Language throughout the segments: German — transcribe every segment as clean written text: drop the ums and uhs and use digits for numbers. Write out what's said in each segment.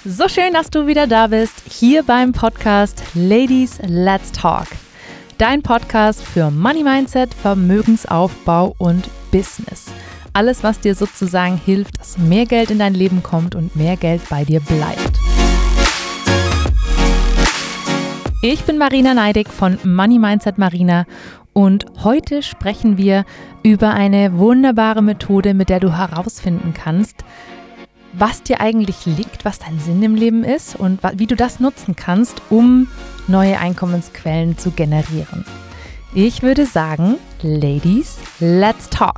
So schön, dass du wieder da bist, hier beim Podcast Ladies Let's Talk. Dein Podcast für Money Mindset, Vermögensaufbau und Business. Alles, was dir sozusagen hilft, dass mehr Geld in dein Leben kommt und mehr Geld bei dir bleibt. Ich bin Marina Neidig von Money Mindset Marina und heute sprechen wir über eine wunderbare Methode, mit der du herausfinden kannst, was dir eigentlich liegt, was dein Sinn im Leben ist und wie du das nutzen kannst, um neue Einkommensquellen zu generieren. Ich würde sagen, Ladies, let's talk!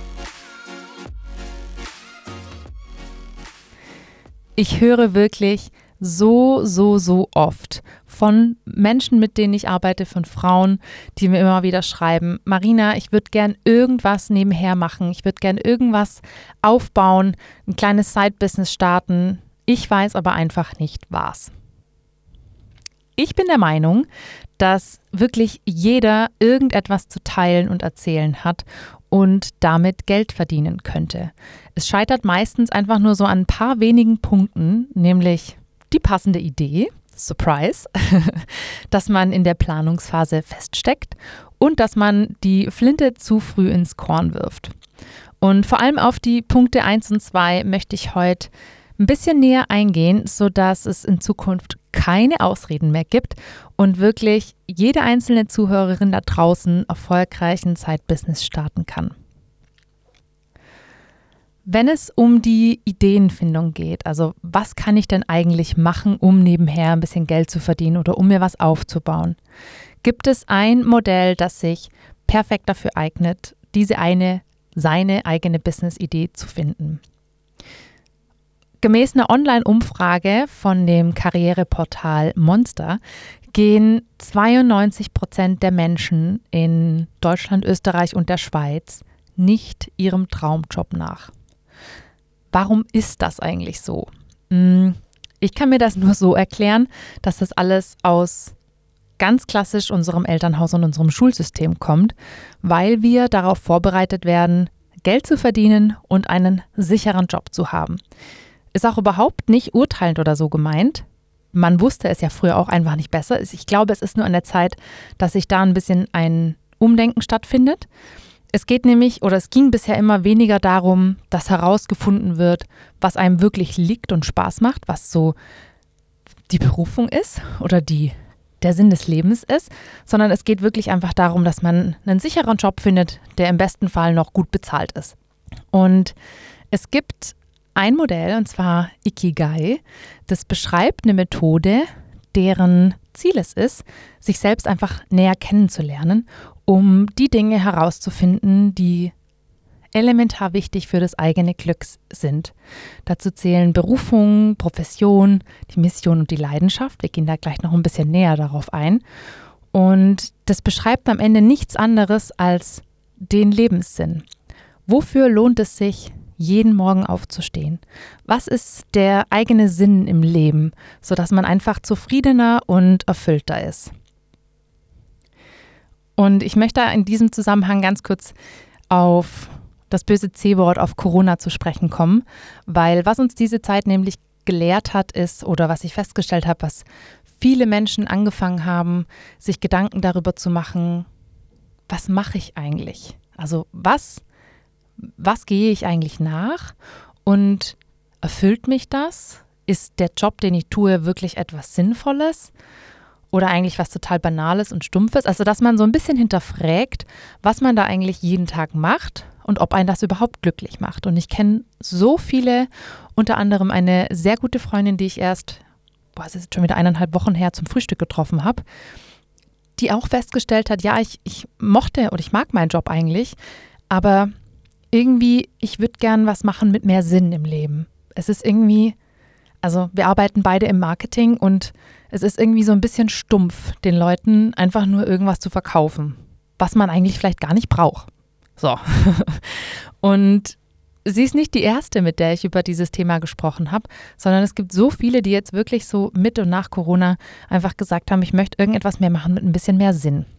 Ich höre wirklich so oft von Menschen, mit denen ich arbeite, von Frauen, die mir immer wieder schreiben, Marina, ich würde gern irgendwas nebenher machen, ich würde gern irgendwas aufbauen, ein kleines Side-Business starten, ich weiß aber einfach nicht was. Ich bin der Meinung, dass wirklich jeder irgendetwas zu teilen und erzählen hat und damit Geld verdienen könnte. Es scheitert meistens einfach nur so an ein paar wenigen Punkten, nämlich die passende Idee, Surprise, dass man in der Planungsphase feststeckt und dass man die Flinte zu früh ins Korn wirft. Und vor allem auf die Punkte 1 und 2 möchte ich heute ein bisschen näher eingehen, sodass es in Zukunft keine Ausreden mehr gibt und wirklich jede einzelne Zuhörerin da draußen erfolgreich ein Side-Business starten kann. Wenn es um die Ideenfindung geht, also was kann ich denn eigentlich machen, um nebenher ein bisschen Geld zu verdienen oder um mir was aufzubauen, gibt es ein Modell, das sich perfekt dafür eignet, seine eigene Business-Idee zu finden. Gemäß einer Online-Umfrage von dem Karriereportal Monster gehen 92% der Menschen in Deutschland, Österreich und der Schweiz nicht ihrem Traumjob nach. Warum ist das eigentlich so? Ich kann mir das nur so erklären, dass das alles aus ganz klassisch unserem Elternhaus und unserem Schulsystem kommt, weil wir darauf vorbereitet werden, Geld zu verdienen und einen sicheren Job zu haben. Ist auch überhaupt nicht urteilend oder so gemeint. Man wusste es ja früher auch einfach nicht besser. Ich glaube, es ist nur an der Zeit, dass sich da ein bisschen ein Umdenken stattfindet. Es ging bisher immer weniger darum, dass herausgefunden wird, was einem wirklich liegt und Spaß macht, was so die Berufung ist oder der Sinn des Lebens ist, sondern es geht wirklich einfach darum, dass man einen sicheren Job findet, der im besten Fall noch gut bezahlt ist. Und es gibt ein Modell, und zwar Ikigai, das beschreibt eine Methode, deren Ziel es ist, sich selbst einfach näher kennenzulernen, um die Dinge herauszufinden, die elementar wichtig für das eigene Glück sind. Dazu zählen Berufung, Profession, die Mission und die Leidenschaft. Wir gehen da gleich noch ein bisschen näher darauf ein. Und das beschreibt am Ende nichts anderes als den Lebenssinn. Wofür lohnt es sich, jeden Morgen aufzustehen? Was ist der eigene Sinn im Leben, sodass man einfach zufriedener und erfüllter ist? Und ich möchte in diesem Zusammenhang ganz kurz auf das böse C-Wort, auf Corona zu sprechen kommen, weil was uns diese Zeit nämlich gelehrt hat ist, oder was ich festgestellt habe, was viele Menschen angefangen haben, sich Gedanken darüber zu machen, was mache ich eigentlich? Also was gehe ich eigentlich nach und erfüllt mich das? Ist der Job, den ich tue, wirklich etwas Sinnvolles oder eigentlich was total Banales und Stumpfes? Also, dass man so ein bisschen hinterfragt, was man da eigentlich jeden Tag macht und ob einen das überhaupt glücklich macht. Und ich kenne so viele, unter anderem eine sehr gute Freundin, die ich es ist jetzt schon wieder 1,5 Wochen her, zum Frühstück getroffen habe, die auch festgestellt hat, ja, ich mochte oder ich mag meinen Job eigentlich, aber irgendwie, ich würde gern was machen mit mehr Sinn im Leben. Es ist irgendwie, also wir arbeiten beide im Marketing und es ist irgendwie so ein bisschen stumpf, den Leuten einfach nur irgendwas zu verkaufen, was man eigentlich vielleicht gar nicht braucht. So. Und sie ist nicht die erste, mit der ich über dieses Thema gesprochen habe, sondern es gibt so viele, die jetzt wirklich so mit und nach Corona einfach gesagt haben, ich möchte irgendetwas mehr machen mit ein bisschen mehr Sinn.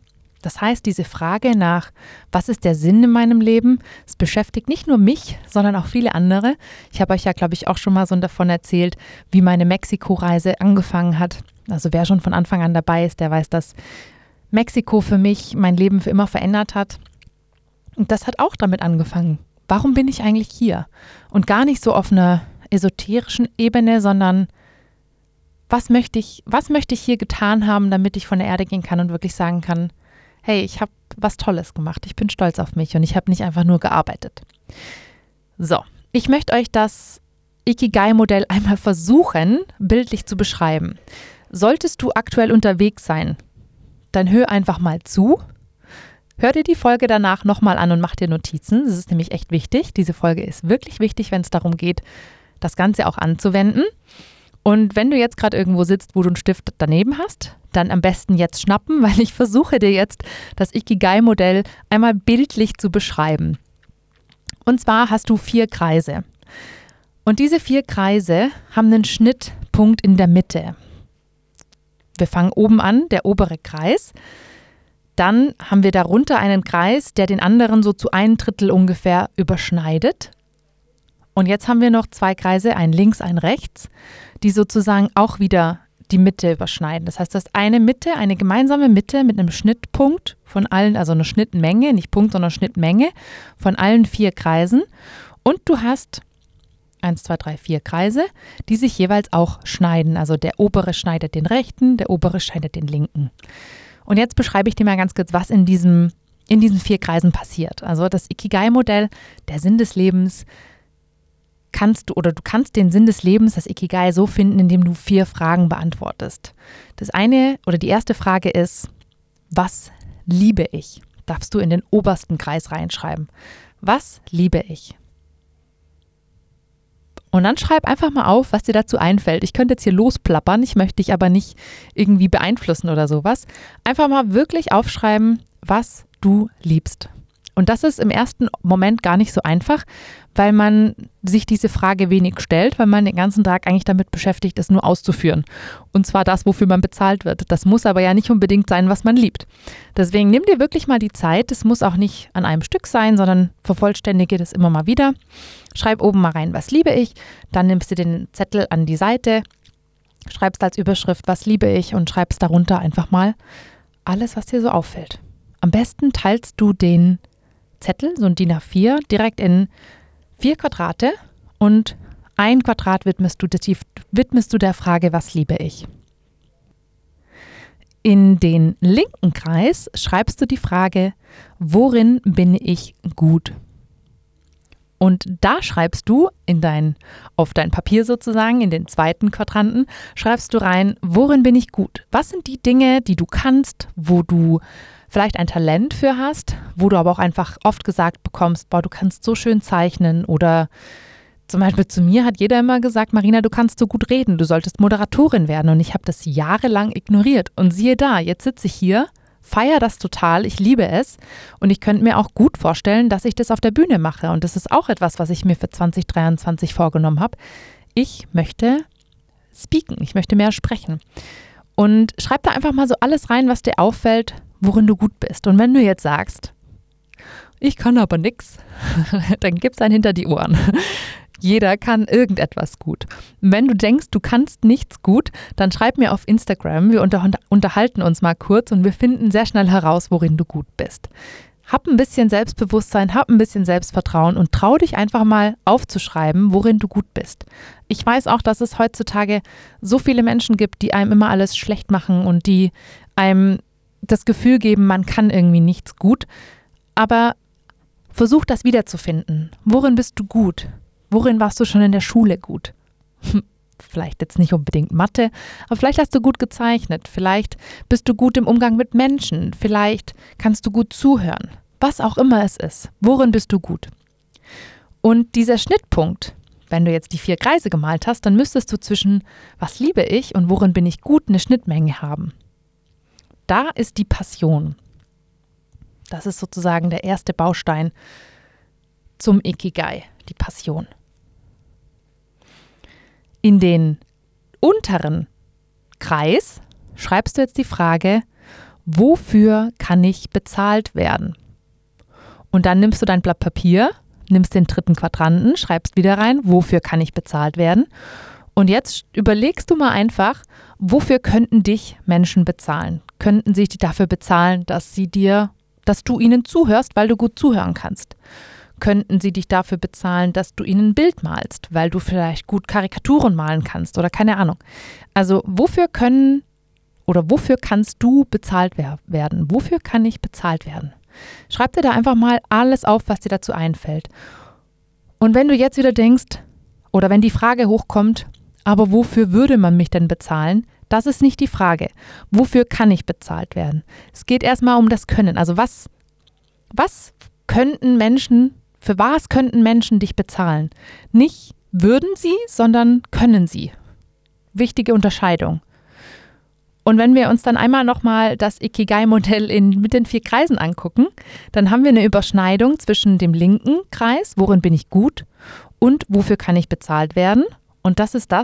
Das heißt, diese Frage nach, was ist der Sinn in meinem Leben, es beschäftigt nicht nur mich, sondern auch viele andere. Ich habe euch ja, glaube ich, auch schon mal so davon erzählt, wie meine Mexiko-Reise angefangen hat. Also wer schon von Anfang an dabei ist, der weiß, dass Mexiko für mich mein Leben für immer verändert hat. Und das hat auch damit angefangen. Warum bin ich eigentlich hier? Und gar nicht so auf einer esoterischen Ebene, sondern was möchte ich hier getan haben, damit ich von der Erde gehen kann und wirklich sagen kann, hey, ich habe was Tolles gemacht, ich bin stolz auf mich und ich habe nicht einfach nur gearbeitet. So, ich möchte euch das Ikigai-Modell einmal versuchen, bildlich zu beschreiben. Solltest du aktuell unterwegs sein, dann hör einfach mal zu. Hör dir die Folge danach nochmal an und mach dir Notizen. Das ist nämlich echt wichtig. Diese Folge ist wirklich wichtig, wenn es darum geht, das Ganze auch anzuwenden. Und wenn du jetzt gerade irgendwo sitzt, wo du einen Stift daneben hast, dann am besten jetzt schnappen, weil ich versuche dir jetzt das Ikigai-Modell einmal bildlich zu beschreiben. Und zwar hast du 4 Kreise. Und diese 4 Kreise haben einen Schnittpunkt in der Mitte. Wir fangen oben an, der obere Kreis. Dann haben wir darunter einen Kreis, der den anderen so zu 1/3 ungefähr überschneidet. Und jetzt haben wir noch 2 Kreise, einen links, einen rechts, die sozusagen auch wieder die Mitte überschneiden. Das heißt, du hast eine Mitte, eine gemeinsame Mitte mit einem Schnittpunkt von allen, also eine Schnittmenge, nicht Punkt, sondern Schnittmenge von allen 4 Kreisen. Und du hast 1, 2, 3, 4 Kreise, die sich jeweils auch schneiden. Also der obere schneidet den rechten, der obere schneidet den linken. Und jetzt beschreibe ich dir mal ganz kurz, was in diesen 4 Kreisen passiert. Also das Ikigai-Modell, der Sinn des Lebens, du kannst den Sinn des Lebens, das Ikigai, so finden, indem du 4 Fragen beantwortest. Die erste Frage ist, was liebe ich? Darfst du in den obersten Kreis reinschreiben. Was liebe ich? Und dann schreib einfach mal auf, was dir dazu einfällt. Ich könnte jetzt hier losplappern, ich möchte dich aber nicht irgendwie beeinflussen oder sowas. Einfach mal wirklich aufschreiben, was du liebst. Und das ist im ersten Moment gar nicht so einfach, weil man sich diese Frage wenig stellt, weil man den ganzen Tag eigentlich damit beschäftigt ist, nur auszuführen. Und zwar das, wofür man bezahlt wird. Das muss aber ja nicht unbedingt sein, was man liebt. Deswegen nimm dir wirklich mal die Zeit. Das muss auch nicht an einem Stück sein, sondern vervollständige das immer mal wieder. Schreib oben mal rein, was liebe ich. Dann nimmst du den Zettel an die Seite, schreibst als Überschrift, was liebe ich und schreibst darunter einfach mal alles, was dir so auffällt. Am besten teilst du den Zettel, so ein DIN A4, direkt in 4 Quadrate und ein Quadrat widmest du der Frage, was liebe ich. In den linken Kreis schreibst du die Frage, worin bin ich gut? Und da schreibst du auf dein Papier sozusagen, in den zweiten Quadranten, schreibst du rein, worin bin ich gut? Was sind die Dinge, die du kannst, wo du vielleicht ein Talent für hast, wo du aber auch einfach oft gesagt bekommst, boah, du kannst so schön zeichnen, oder zum Beispiel zu mir hat jeder immer gesagt, Marina, du kannst so gut reden, du solltest Moderatorin werden, und ich habe das jahrelang ignoriert und siehe da, jetzt sitze ich hier, feiere das total, ich liebe es und ich könnte mir auch gut vorstellen, dass ich das auf der Bühne mache, und das ist auch etwas, was ich mir für 2023 vorgenommen habe. Ich möchte speaken, ich möchte mehr sprechen, und schreib da einfach mal so alles rein, was dir auffällt, worin du gut bist. Und wenn du jetzt sagst, ich kann aber nix, dann gib's einen hinter die Ohren. Jeder kann irgendetwas gut. Wenn du denkst, du kannst nichts gut, dann schreib mir auf Instagram. Wir unterhalten uns mal kurz und wir finden sehr schnell heraus, worin du gut bist. Hab ein bisschen Selbstbewusstsein, hab ein bisschen Selbstvertrauen und trau dich einfach mal aufzuschreiben, worin du gut bist. Ich weiß auch, dass es heutzutage so viele Menschen gibt, die einem immer alles schlecht machen und die einem das Gefühl geben, man kann irgendwie nichts gut. Aber versuch das wiederzufinden. Worin bist du gut? Worin warst du schon in der Schule gut? Vielleicht jetzt nicht unbedingt Mathe, aber vielleicht hast du gut gezeichnet. Vielleicht bist du gut im Umgang mit Menschen. Vielleicht kannst du gut zuhören. Was auch immer es ist. Worin bist du gut? Und dieser Schnittpunkt, wenn du jetzt die 4 Kreise gemalt hast, dann müsstest du zwischen was liebe ich und worin bin ich gut eine Schnittmenge haben. Da ist die Passion. Das ist sozusagen der erste Baustein zum Ikigai, die Passion. In den unteren Kreis schreibst du jetzt die Frage, wofür kann ich bezahlt werden? Und dann nimmst du dein Blatt Papier, nimmst den dritten Quadranten, schreibst wieder rein, wofür kann ich bezahlt werden? Und jetzt überlegst du mal einfach, wofür könnten dich Menschen bezahlen? Könnten sie dich dafür bezahlen, dass du ihnen zuhörst, weil du gut zuhören kannst? Könnten sie dich dafür bezahlen, dass du ihnen ein Bild malst, weil du vielleicht gut Karikaturen malen kannst oder keine Ahnung. Also wofür kannst du bezahlt werden? Wofür kann ich bezahlt werden? Schreib dir da einfach mal alles auf, was dir dazu einfällt. Und wenn du jetzt wieder denkst, oder wenn die Frage hochkommt, aber wofür würde man mich denn bezahlen? Das ist nicht die Frage. Wofür kann ich bezahlt werden? Es geht erstmal um das Können. Also für was könnten Menschen dich bezahlen? Nicht würden sie, sondern können sie. Wichtige Unterscheidung. Und wenn wir uns dann einmal nochmal das Ikigai-Modell mit den 4 Kreisen angucken, dann haben wir eine Überschneidung zwischen dem linken Kreis, worin bin ich gut, und wofür kann ich bezahlt werden. Und das ist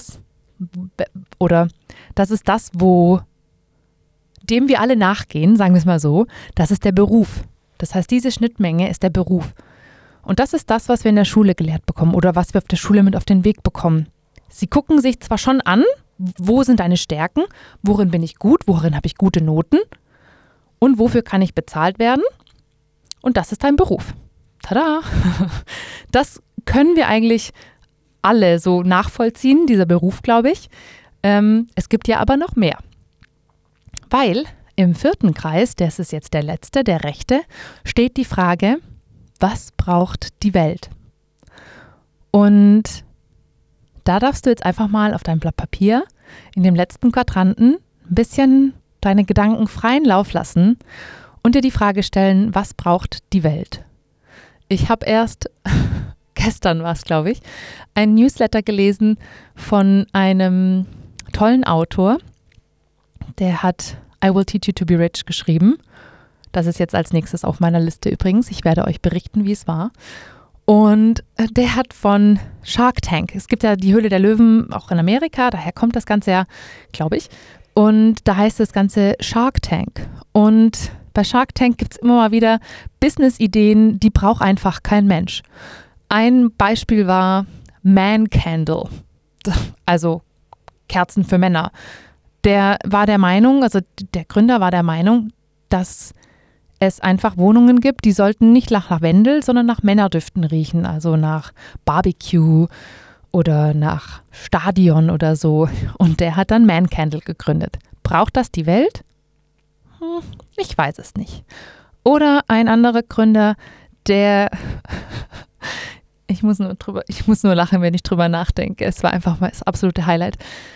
dem wir alle nachgehen, sagen wir es mal so, das ist der Beruf. Das heißt, diese Schnittmenge ist der Beruf. Und das ist das, was wir in der Schule gelehrt bekommen oder was wir auf der Schule mit auf den Weg bekommen. Sie gucken sich zwar schon an, wo sind deine Stärken, worin bin ich gut, worin habe ich gute Noten und wofür kann ich bezahlt werden? Und das ist dein Beruf. Tada! Das können wir eigentlich alle so nachvollziehen, dieser Beruf, glaube ich. Es gibt ja aber noch mehr. Weil im 4. Kreis, das ist jetzt der letzte, der rechte, steht die Frage, was braucht die Welt? Und da darfst du jetzt einfach mal auf deinem Blatt Papier in dem letzten Quadranten ein bisschen deine Gedanken freien Lauf lassen und dir die Frage stellen, was braucht die Welt? Ich habe erst, gestern war es, glaube ich, ein Newsletter gelesen von einem tollen Autor, der hat I Will Teach You to Be Rich geschrieben. Das ist jetzt als nächstes auf meiner Liste übrigens. Ich werde euch berichten, wie es war. Und der hat von Shark Tank, es gibt ja die Höhle der Löwen auch in Amerika, daher kommt das Ganze ja, glaube ich. Und da heißt das Ganze Shark Tank. Und bei Shark Tank gibt es immer mal wieder Business-Ideen, die braucht einfach kein Mensch. Ein Beispiel war Man Candle, also Kerzen für Männer. Der Gründer war der Meinung, dass es einfach Wohnungen gibt, die sollten nicht nach Lavendel, sondern nach Männerdüften riechen, also nach Barbecue oder nach Stadion oder so. Und der hat dann Man Candle gegründet. Braucht das die Welt? Ich weiß es nicht. Oder ein anderer Gründer, der ich muss nur lachen, wenn ich drüber nachdenke. Es war einfach mal das absolute Highlight.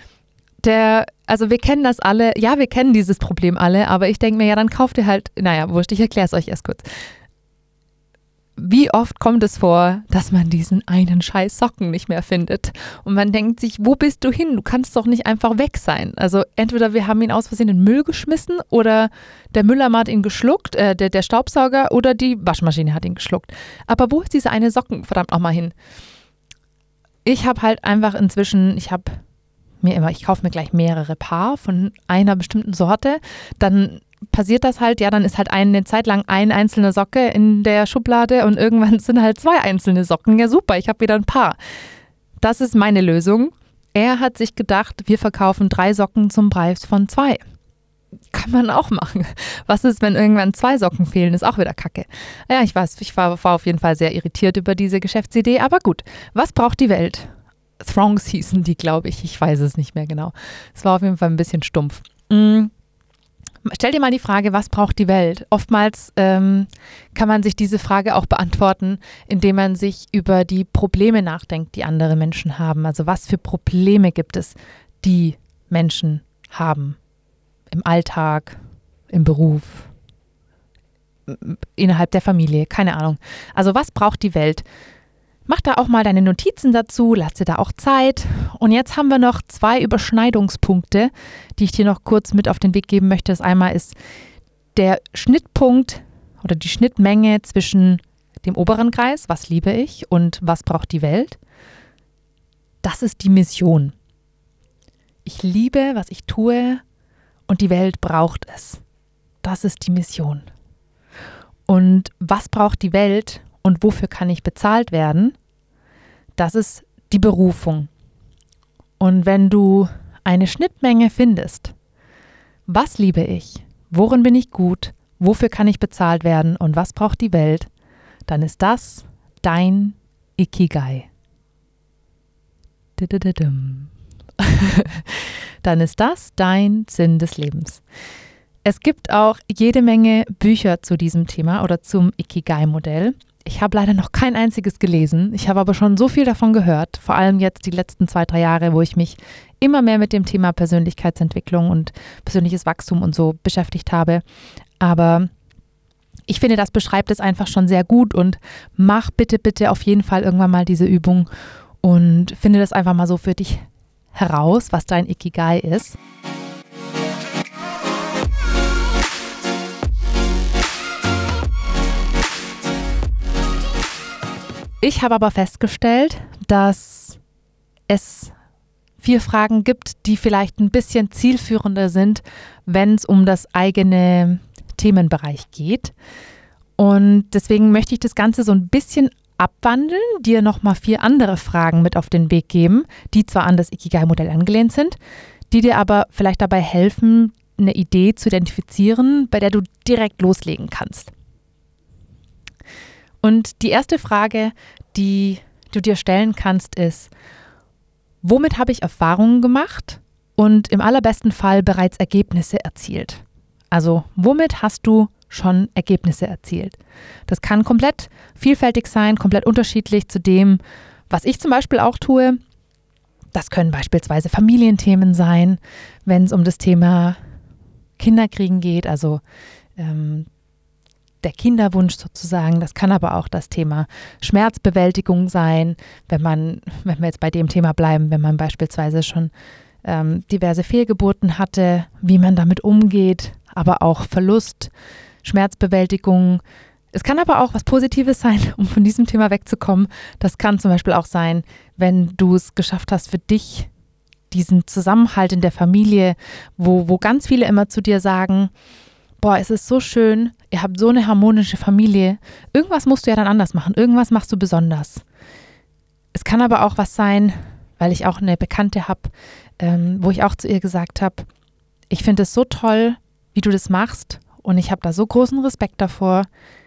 Also wir kennen das alle, ja, wir kennen dieses Problem alle, aber ich denke mir, ja, dann kauft ihr halt, naja, wurscht, ich erkläre es euch erst kurz. Wie oft kommt es vor, dass man diesen einen scheiß Socken nicht mehr findet? Und man denkt sich, wo bist du hin? Du kannst doch nicht einfach weg sein. Also entweder wir haben ihn aus Versehen in den Müll geschmissen oder der Mülleimer hat ihn geschluckt, der Staubsauger oder die Waschmaschine hat ihn geschluckt. Aber wo ist dieser eine Socken, verdammt nochmal hin? Ich habe halt einfach inzwischen, ich kaufe mir gleich mehrere Paar von einer bestimmten Sorte, dann passiert das halt, ja, dann ist halt eine Zeit lang eine einzelne Socke in der Schublade und irgendwann sind halt 2 einzelne Socken. Ja super, ich habe wieder ein Paar. Das ist meine Lösung. Er hat sich gedacht, wir verkaufen 3 Socken zum Preis von 2. Kann man auch machen. Was ist, wenn irgendwann 2 Socken fehlen? Ist auch wieder Kacke. Ja, ich weiß, ich war auf jeden Fall sehr irritiert über diese Geschäftsidee, aber gut. Was braucht die Welt? Throngs hießen die, glaube ich. Ich weiß es nicht mehr genau. Es war auf jeden Fall ein bisschen stumpf. Stell dir mal die Frage, was braucht die Welt? Oftmals kann man sich diese Frage auch beantworten, indem man sich über die Probleme nachdenkt, die andere Menschen haben. Also was für Probleme gibt es, die Menschen haben? Im Alltag, im Beruf, innerhalb der Familie, keine Ahnung. Also was braucht die Welt? Mach da auch mal deine Notizen dazu, lass dir da auch Zeit. Und jetzt haben wir noch 2 Überschneidungspunkte, die ich dir noch kurz mit auf den Weg geben möchte. Das einmal ist der Schnittpunkt oder die Schnittmenge zwischen dem oberen Kreis, was liebe ich und was braucht die Welt. Das ist die Mission. Ich liebe, was ich tue und die Welt braucht es. das ist die Mission. Und was braucht die Welt und wofür kann ich bezahlt werden? Das ist die Berufung. Und wenn du eine Schnittmenge findest, was liebe ich, worin bin ich gut, wofür kann ich bezahlt werden und was braucht die Welt, dann ist das dein Ikigai. Dann ist das dein Sinn des Lebens. Es gibt auch jede Menge Bücher zu diesem Thema oder zum Ikigai-Modell. Ich habe leider noch kein einziges gelesen. Ich habe aber schon so viel davon gehört, vor allem jetzt die letzten 2-3 Jahre, wo ich mich immer mehr mit dem Thema Persönlichkeitsentwicklung und persönliches Wachstum und so beschäftigt habe. Aber ich finde, das beschreibt es einfach schon sehr gut und mach bitte, bitte auf jeden Fall irgendwann mal diese Übung und finde das einfach mal so für dich heraus, was dein Ikigai ist. Ich habe aber festgestellt, dass es 4 Fragen gibt, die vielleicht ein bisschen zielführender sind, wenn es um das eigene Themenbereich geht. Und deswegen möchte ich das Ganze so ein bisschen abwandeln, dir nochmal 4 andere Fragen mit auf den Weg geben, die zwar an das Ikigai-Modell angelehnt sind, die dir aber vielleicht dabei helfen, eine Idee zu identifizieren, bei der du direkt loslegen kannst. Und die erste Frage, die du dir stellen kannst, ist, womit habe ich Erfahrungen gemacht und im allerbesten Fall bereits Ergebnisse erzielt? Also, womit hast du schon Ergebnisse erzielt? Das kann komplett vielfältig sein, komplett unterschiedlich zu dem, was ich zum Beispiel auch tue. Das können beispielsweise Familienthemen sein, wenn es um das Thema Kinderkriegen geht, also der Kinderwunsch sozusagen. Das kann aber auch das Thema Schmerzbewältigung sein, wenn wir jetzt bei dem Thema bleiben, wenn man beispielsweise schon diverse Fehlgeburten hatte, wie man damit umgeht, aber auch Verlust, Schmerzbewältigung. Es kann aber auch was Positives sein, um von diesem Thema wegzukommen. Das kann zum Beispiel auch sein, wenn du es geschafft hast, für dich diesen Zusammenhalt in der Familie, wo ganz viele immer zu dir sagen, boah, es ist so schön, ihr habt so eine harmonische Familie. Irgendwas musst du ja dann anders machen, irgendwas machst du besonders. Es kann aber auch was sein, weil ich auch eine Bekannte habe, wo ich auch zu ihr gesagt habe, ich finde es so toll, wie du das machst und ich habe da so großen Respekt davor.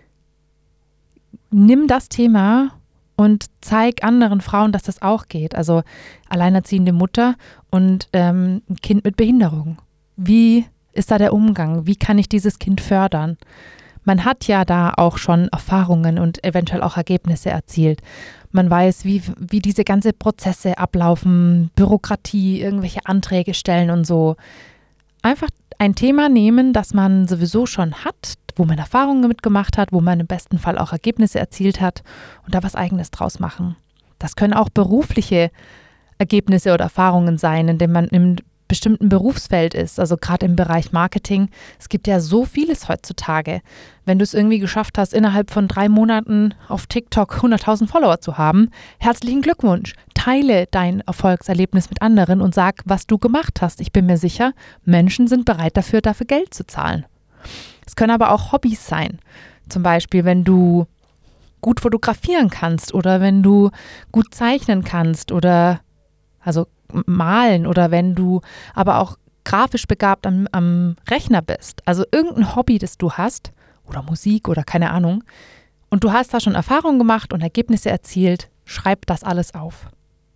Nimm das Thema und zeig anderen Frauen, dass das auch geht. Also alleinerziehende Mutter und ein Kind mit Behinderung. Wie ist da der Umgang? Wie kann ich dieses Kind fördern? Man hat ja da auch schon Erfahrungen und eventuell auch Ergebnisse erzielt. Man weiß, wie diese ganzen Prozesse ablaufen, Bürokratie, irgendwelche Anträge stellen und so. Einfach ein Thema nehmen, das man sowieso schon hat, wo man Erfahrungen mitgemacht hat, wo man im besten Fall auch Ergebnisse erzielt hat und da was Eigenes draus machen. Das können auch berufliche Ergebnisse oder Erfahrungen sein, indem man im bestimmten Berufsfeld ist, also gerade im Bereich Marketing. Es gibt ja so vieles heutzutage. Wenn du es irgendwie geschafft hast, innerhalb von 3 Monaten auf TikTok 100.000 Follower zu haben, herzlichen Glückwunsch. Teile dein Erfolgserlebnis mit anderen und sag, was du gemacht hast. Ich bin mir sicher, Menschen sind bereit dafür Geld zu zahlen. Es können aber auch Hobbys sein. Zum Beispiel, wenn du gut fotografieren kannst oder wenn du gut zeichnen kannst oder also malen oder wenn du aber auch grafisch begabt am Rechner bist. Also irgendein Hobby, das du hast oder Musik oder keine Ahnung und du hast da schon Erfahrungen gemacht und Ergebnisse erzielt, schreib das alles auf.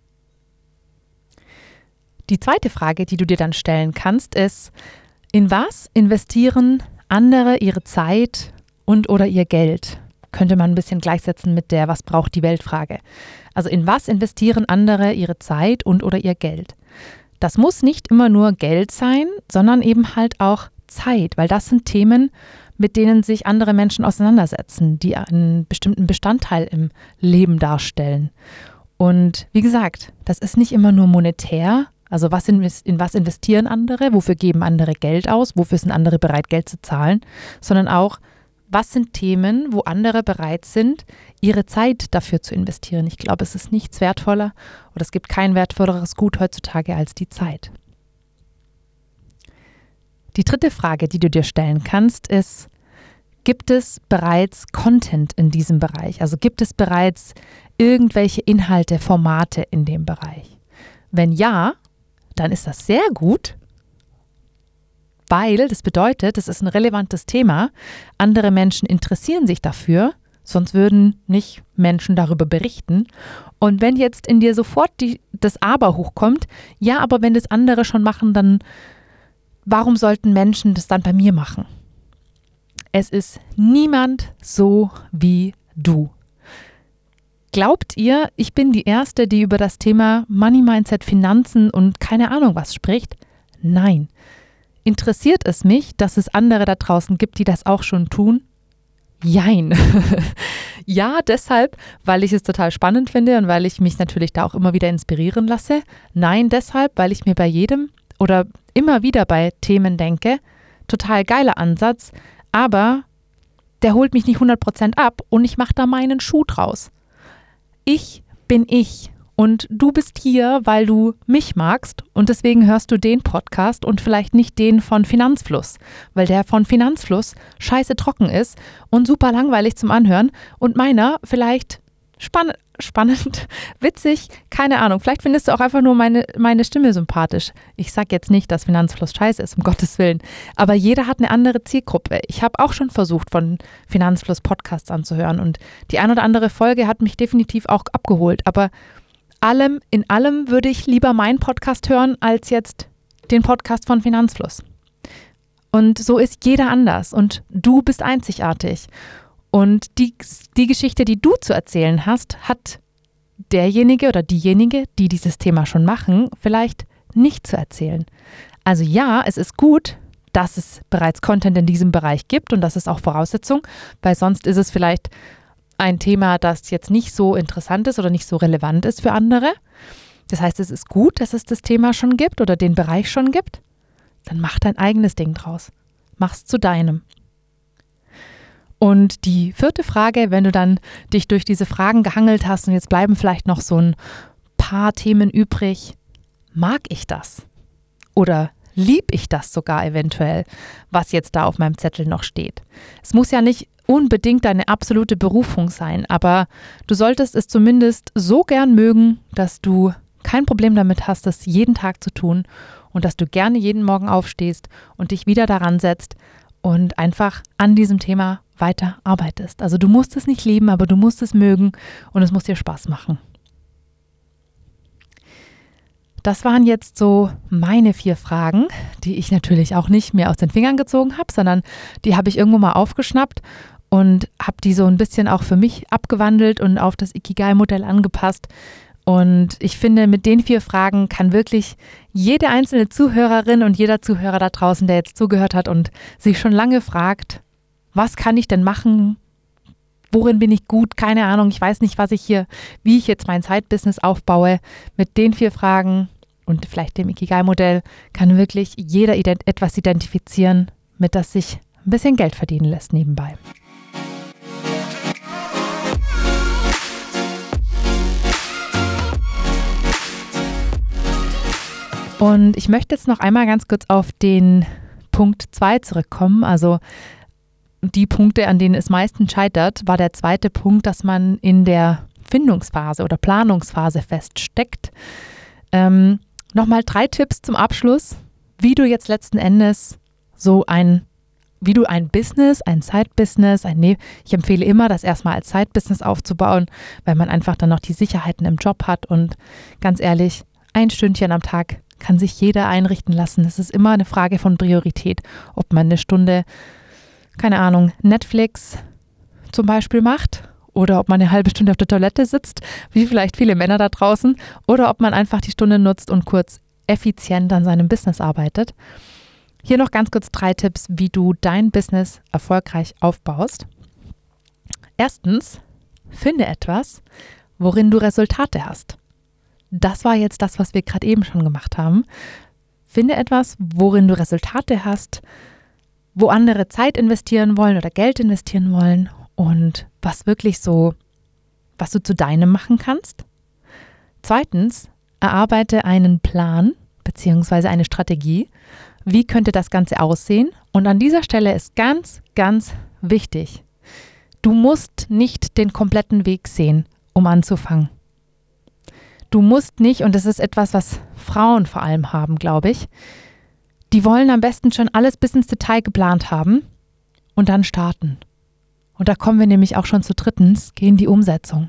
Die zweite Frage, die du dir dann stellen kannst, ist, in was investieren andere ihre Zeit und oder ihr Geld? Könnte man ein bisschen gleichsetzen mit der Was braucht die Welt-Frage. Also in was investieren andere ihre Zeit und oder ihr Geld? Das muss nicht immer nur Geld sein, sondern eben halt auch Zeit, weil das sind Themen, mit denen sich andere Menschen auseinandersetzen, die einen bestimmten Bestandteil im Leben darstellen. Und wie gesagt, das ist nicht immer nur monetär, also in was investieren andere, wofür geben andere Geld aus, wofür sind andere bereit, Geld zu zahlen, sondern auch, was sind Themen, wo andere bereit sind, ihre Zeit dafür zu investieren? Ich glaube, es ist nichts wertvoller oder es gibt kein wertvolleres Gut heutzutage als die Zeit. Die dritte Frage, die du dir stellen kannst, ist, gibt es bereits Content in diesem Bereich? Also gibt es bereits irgendwelche Inhalte, Formate in dem Bereich? Wenn ja, dann ist das sehr gut, weil das bedeutet, es ist ein relevantes Thema. Andere Menschen interessieren sich dafür, sonst würden nicht Menschen darüber berichten. Und wenn jetzt in dir sofort das Aber hochkommt, ja, aber wenn das andere schon machen, dann warum sollten Menschen das dann bei mir machen? Es ist niemand so wie du. Glaubt ihr, ich bin die Erste, die über das Thema Money Mindset, Finanzen und keine Ahnung was spricht? Nein. Interessiert es mich, dass es andere da draußen gibt, die das auch schon tun? Jein. Ja, deshalb, weil ich es total spannend finde und weil ich mich natürlich da auch immer wieder inspirieren lasse. Nein, deshalb, weil ich mir bei jedem oder immer wieder bei Themen denke, total geiler Ansatz, aber der holt mich nicht 100% ab und ich mache da meinen Schuh draus. Ich bin ich und du bist hier, weil du mich magst und deswegen hörst du den Podcast und vielleicht nicht den von Finanzfluss, weil der von Finanzfluss scheiße trocken ist und super langweilig zum Anhören und meiner vielleicht spannend, witzig, keine Ahnung. Vielleicht findest du auch einfach nur meine Stimme sympathisch. Ich sage jetzt nicht, dass Finanzfluss scheiße ist, um Gottes Willen. Aber jeder hat eine andere Zielgruppe. Ich habe auch schon versucht, von Finanzfluss Podcasts anzuhören und die ein oder andere Folge hat mich definitiv auch abgeholt. Aber in allem würde ich lieber meinen Podcast hören, als jetzt den Podcast von Finanzfluss. Und so ist jeder anders und du bist einzigartig. Und die Geschichte, die du zu erzählen hast, hat derjenige oder diejenige, die dieses Thema schon machen, vielleicht nicht zu erzählen. Also ja, es ist gut, dass es bereits Content in diesem Bereich gibt und das ist auch Voraussetzung, weil sonst ist es vielleicht ein Thema, das jetzt nicht so interessant ist oder nicht so relevant ist für andere. Das heißt, es ist gut, dass es das Thema schon gibt oder den Bereich schon gibt. Dann mach dein eigenes Ding draus. Mach's zu deinem. Und die vierte Frage, wenn du dann dich durch diese Fragen gehangelt hast und jetzt bleiben vielleicht noch so ein paar Themen übrig, mag ich das? Oder lieb ich das sogar eventuell, was jetzt da auf meinem Zettel noch steht? Es muss ja nicht unbedingt deine absolute Berufung sein, aber du solltest es zumindest so gern mögen, dass du kein Problem damit hast, das jeden Tag zu tun und dass du gerne jeden Morgen aufstehst und dich wieder daran setzt und einfach an diesem Thema weiter arbeitest. Also du musst es nicht lieben, aber du musst es mögen und es muss dir Spaß machen. Das waren jetzt so meine 4 Fragen, die ich natürlich auch nicht mehr aus den Fingern gezogen habe, sondern die habe ich irgendwo mal aufgeschnappt und habe die so ein bisschen auch für mich abgewandelt und auf das Ikigai-Modell angepasst. Und ich finde, mit den 4 Fragen kann wirklich jede einzelne Zuhörerin und jeder Zuhörer da draußen, der jetzt zugehört hat und sich schon lange fragt, was kann ich denn machen? Worin bin ich gut? Keine Ahnung, ich weiß nicht, wie ich jetzt mein Side-Business aufbaue. Mit den 4 Fragen und vielleicht dem Ikigai-Modell kann wirklich jeder etwas identifizieren, mit das sich ein bisschen Geld verdienen lässt nebenbei. Und ich möchte jetzt noch einmal ganz kurz auf den Punkt 2 zurückkommen. Also die Punkte, an denen es meistens scheitert, war der zweite Punkt, dass man in der Findungsphase oder Planungsphase feststeckt. Nochmal 3 Tipps zum Abschluss, wie du jetzt letzten Endes wie du ein Business, ein Side-Business, ich empfehle immer, das erstmal als Side-Business aufzubauen, weil man einfach dann noch die Sicherheiten im Job hat und ganz ehrlich, ein Stündchen am Tag kann sich jeder einrichten lassen. Es ist immer eine Frage von Priorität, ob man eine Stunde, keine Ahnung, Netflix zum Beispiel macht oder ob man eine halbe Stunde auf der Toilette sitzt, wie vielleicht viele Männer da draußen, oder ob man einfach die Stunde nutzt und kurz effizient an seinem Business arbeitet. Hier noch ganz kurz 3 Tipps, wie du dein Business erfolgreich aufbaust. Erstens, finde etwas, worin du Resultate hast. Das war jetzt das, was wir gerade eben schon gemacht haben. Finde etwas, worin du Resultate hast, wo andere Zeit investieren wollen oder Geld investieren wollen und was du zu deinem machen kannst. Zweitens, erarbeite einen Plan bzw. eine Strategie, wie könnte das Ganze aussehen? Und an dieser Stelle ist ganz, ganz wichtig, du musst nicht den kompletten Weg sehen, um anzufangen. Du musst nicht, und das ist etwas, was Frauen vor allem haben, glaube ich, die wollen am besten schon alles bis ins Detail geplant haben und dann starten. Und da kommen wir nämlich auch schon zu drittens, geh in die Umsetzung.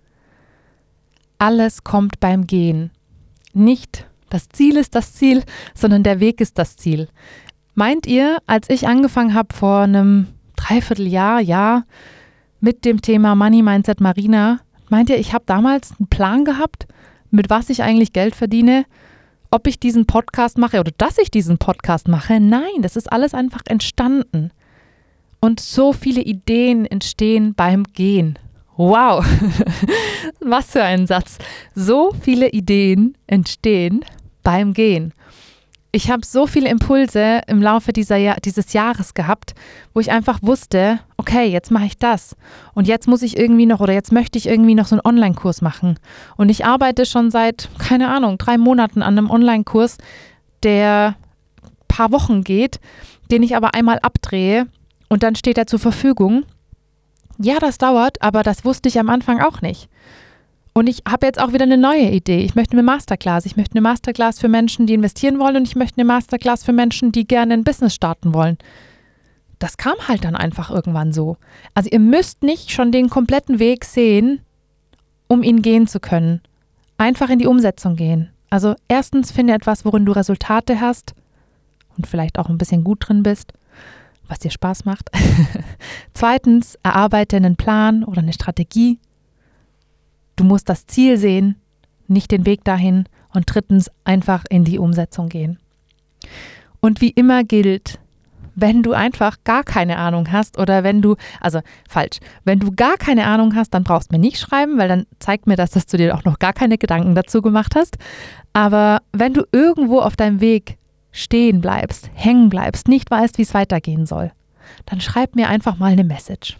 Alles kommt beim Gehen. Nicht das Ziel ist das Ziel, sondern der Weg ist das Ziel. Meint ihr, als ich angefangen habe vor einem Dreivierteljahr, mit dem Thema Money Mindset Marina, meint ihr, ich habe damals einen Plan gehabt, mit was ich eigentlich Geld verdiene, ob ich diesen Podcast mache oder dass ich diesen Podcast mache? Nein, das ist alles einfach entstanden. Und so viele Ideen entstehen beim Gehen. Wow, was für ein Satz. So viele Ideen entstehen beim Gehen. Ich habe so viele Impulse im Laufe dieses Jahres gehabt, wo ich einfach wusste, okay, jetzt mache ich das und jetzt muss ich irgendwie noch oder jetzt möchte ich irgendwie noch so einen Online-Kurs machen. Und ich arbeite schon seit, 3 Monaten an einem Online-Kurs, der ein paar Wochen geht, den ich aber einmal abdrehe und dann steht er zur Verfügung. Ja, das dauert, aber das wusste ich am Anfang auch nicht. Und ich habe jetzt auch wieder eine neue Idee. Ich möchte eine Masterclass. Ich möchte eine Masterclass für Menschen, die investieren wollen, und ich möchte eine Masterclass für Menschen, die gerne ein Business starten wollen. Das kam halt dann einfach irgendwann so. Also ihr müsst nicht schon den kompletten Weg sehen, um ihn gehen zu können. Einfach in die Umsetzung gehen. Also erstens finde etwas, worin du Resultate hast und vielleicht auch ein bisschen gut drin bist, was dir Spaß macht. Zweitens, erarbeite einen Plan oder eine Strategie. Du musst das Ziel sehen, nicht den Weg dahin. Und drittens, einfach in die Umsetzung gehen. Und wie immer gilt, wenn du einfach gar keine Ahnung hast oder wenn du gar keine Ahnung hast, dann brauchst du mir nicht schreiben, weil dann zeigt mir das, dass du dir auch noch gar keine Gedanken dazu gemacht hast. Aber wenn du irgendwo auf deinem Weg stehen bleibst, hängen bleibst, nicht weißt, wie es weitergehen soll, dann schreib mir einfach mal eine Message.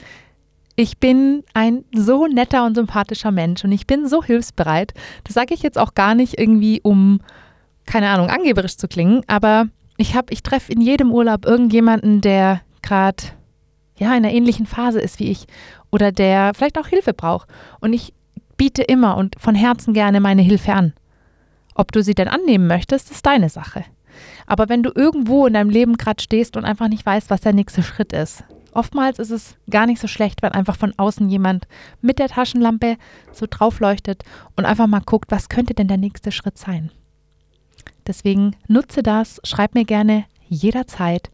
Ich bin ein so netter und sympathischer Mensch und ich bin so hilfsbereit. Das sage ich jetzt auch gar nicht irgendwie, um, angeberisch zu klingen, aber ich treffe in jedem Urlaub irgendjemanden, der gerade in einer ähnlichen Phase ist wie ich oder der vielleicht auch Hilfe braucht. Und ich biete immer und von Herzen gerne meine Hilfe an. Ob du sie denn annehmen möchtest, ist deine Sache. Aber wenn du irgendwo in deinem Leben gerade stehst und einfach nicht weißt, was der nächste Schritt ist, oftmals ist es gar nicht so schlecht, wenn einfach von außen jemand mit der Taschenlampe so drauf leuchtet und einfach mal guckt, was könnte denn der nächste Schritt sein. Deswegen nutze das, schreib mir gerne jederzeit.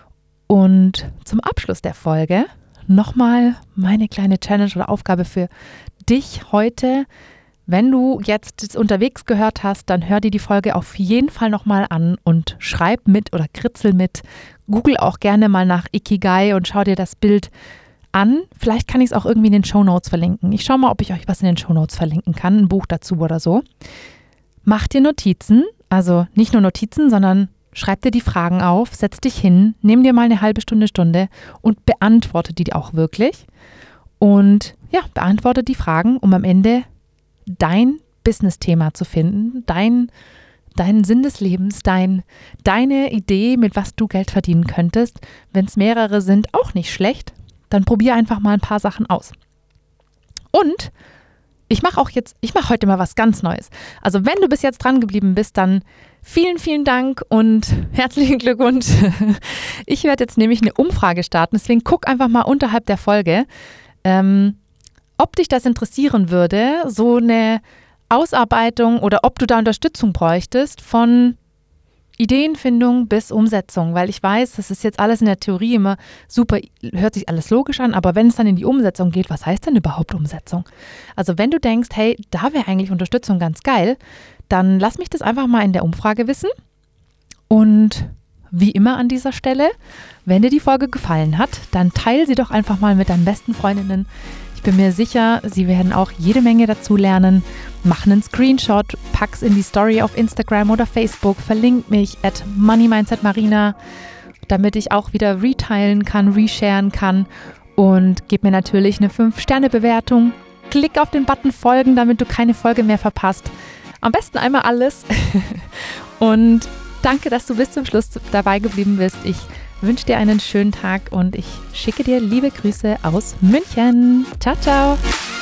Und zum Abschluss der Folge nochmal meine kleine Challenge oder Aufgabe für dich heute. Wenn du jetzt unterwegs gehört hast, dann hör dir die Folge auf jeden Fall nochmal an und schreib mit oder kritzel mit. Google auch gerne mal nach Ikigai und schau dir das Bild an. Vielleicht kann ich es auch irgendwie in den Shownotes verlinken. Ich schaue mal, ob ich euch was in den Shownotes verlinken kann, ein Buch dazu oder so. Mach dir Notizen, also nicht nur Notizen, sondern schreib dir die Fragen auf, setz dich hin, nimm dir mal eine halbe Stunde und beantworte die auch wirklich. Und beantworte die Fragen, um am Ende dein Business-Thema zu finden, deinen Sinn des Lebens, deine Idee, mit was du Geld verdienen könntest. Wenn es mehrere sind, auch nicht schlecht. Dann probier einfach mal ein paar Sachen aus. Und ich mache heute mal was ganz Neues. Also wenn du bis jetzt dran geblieben bist, dann vielen, vielen Dank und herzlichen Glückwunsch. Ich werde jetzt nämlich eine Umfrage starten, deswegen guck einfach mal unterhalb der Folge, ob dich das interessieren würde, so eine Ausarbeitung oder ob du da Unterstützung bräuchtest von Ideenfindung bis Umsetzung, weil ich weiß, das ist jetzt alles in der Theorie immer super, hört sich alles logisch an, aber wenn es dann in die Umsetzung geht, was heißt denn überhaupt Umsetzung? Also wenn du denkst, hey, da wäre eigentlich Unterstützung ganz geil, dann lass mich das einfach mal in der Umfrage wissen. Und wie immer an dieser Stelle, wenn dir die Folge gefallen hat, dann teile sie doch einfach mal mit deinen besten Freundinnen. Ich bin mir sicher, sie werden auch jede Menge dazu lernen. Mach einen Screenshot, pack's in die Story auf Instagram oder Facebook, verlink mich @moneymindsetmarina, damit ich auch wieder reteilen kann, resharen kann, und gib mir natürlich eine 5-Sterne-Bewertung. Klick auf den Button folgen, damit du keine Folge mehr verpasst. Am besten einmal alles. Und Danke, dass du bis zum Schluss dabei geblieben bist. Ich wünsche dir einen schönen Tag und ich schicke dir liebe Grüße aus München. Ciao, ciao.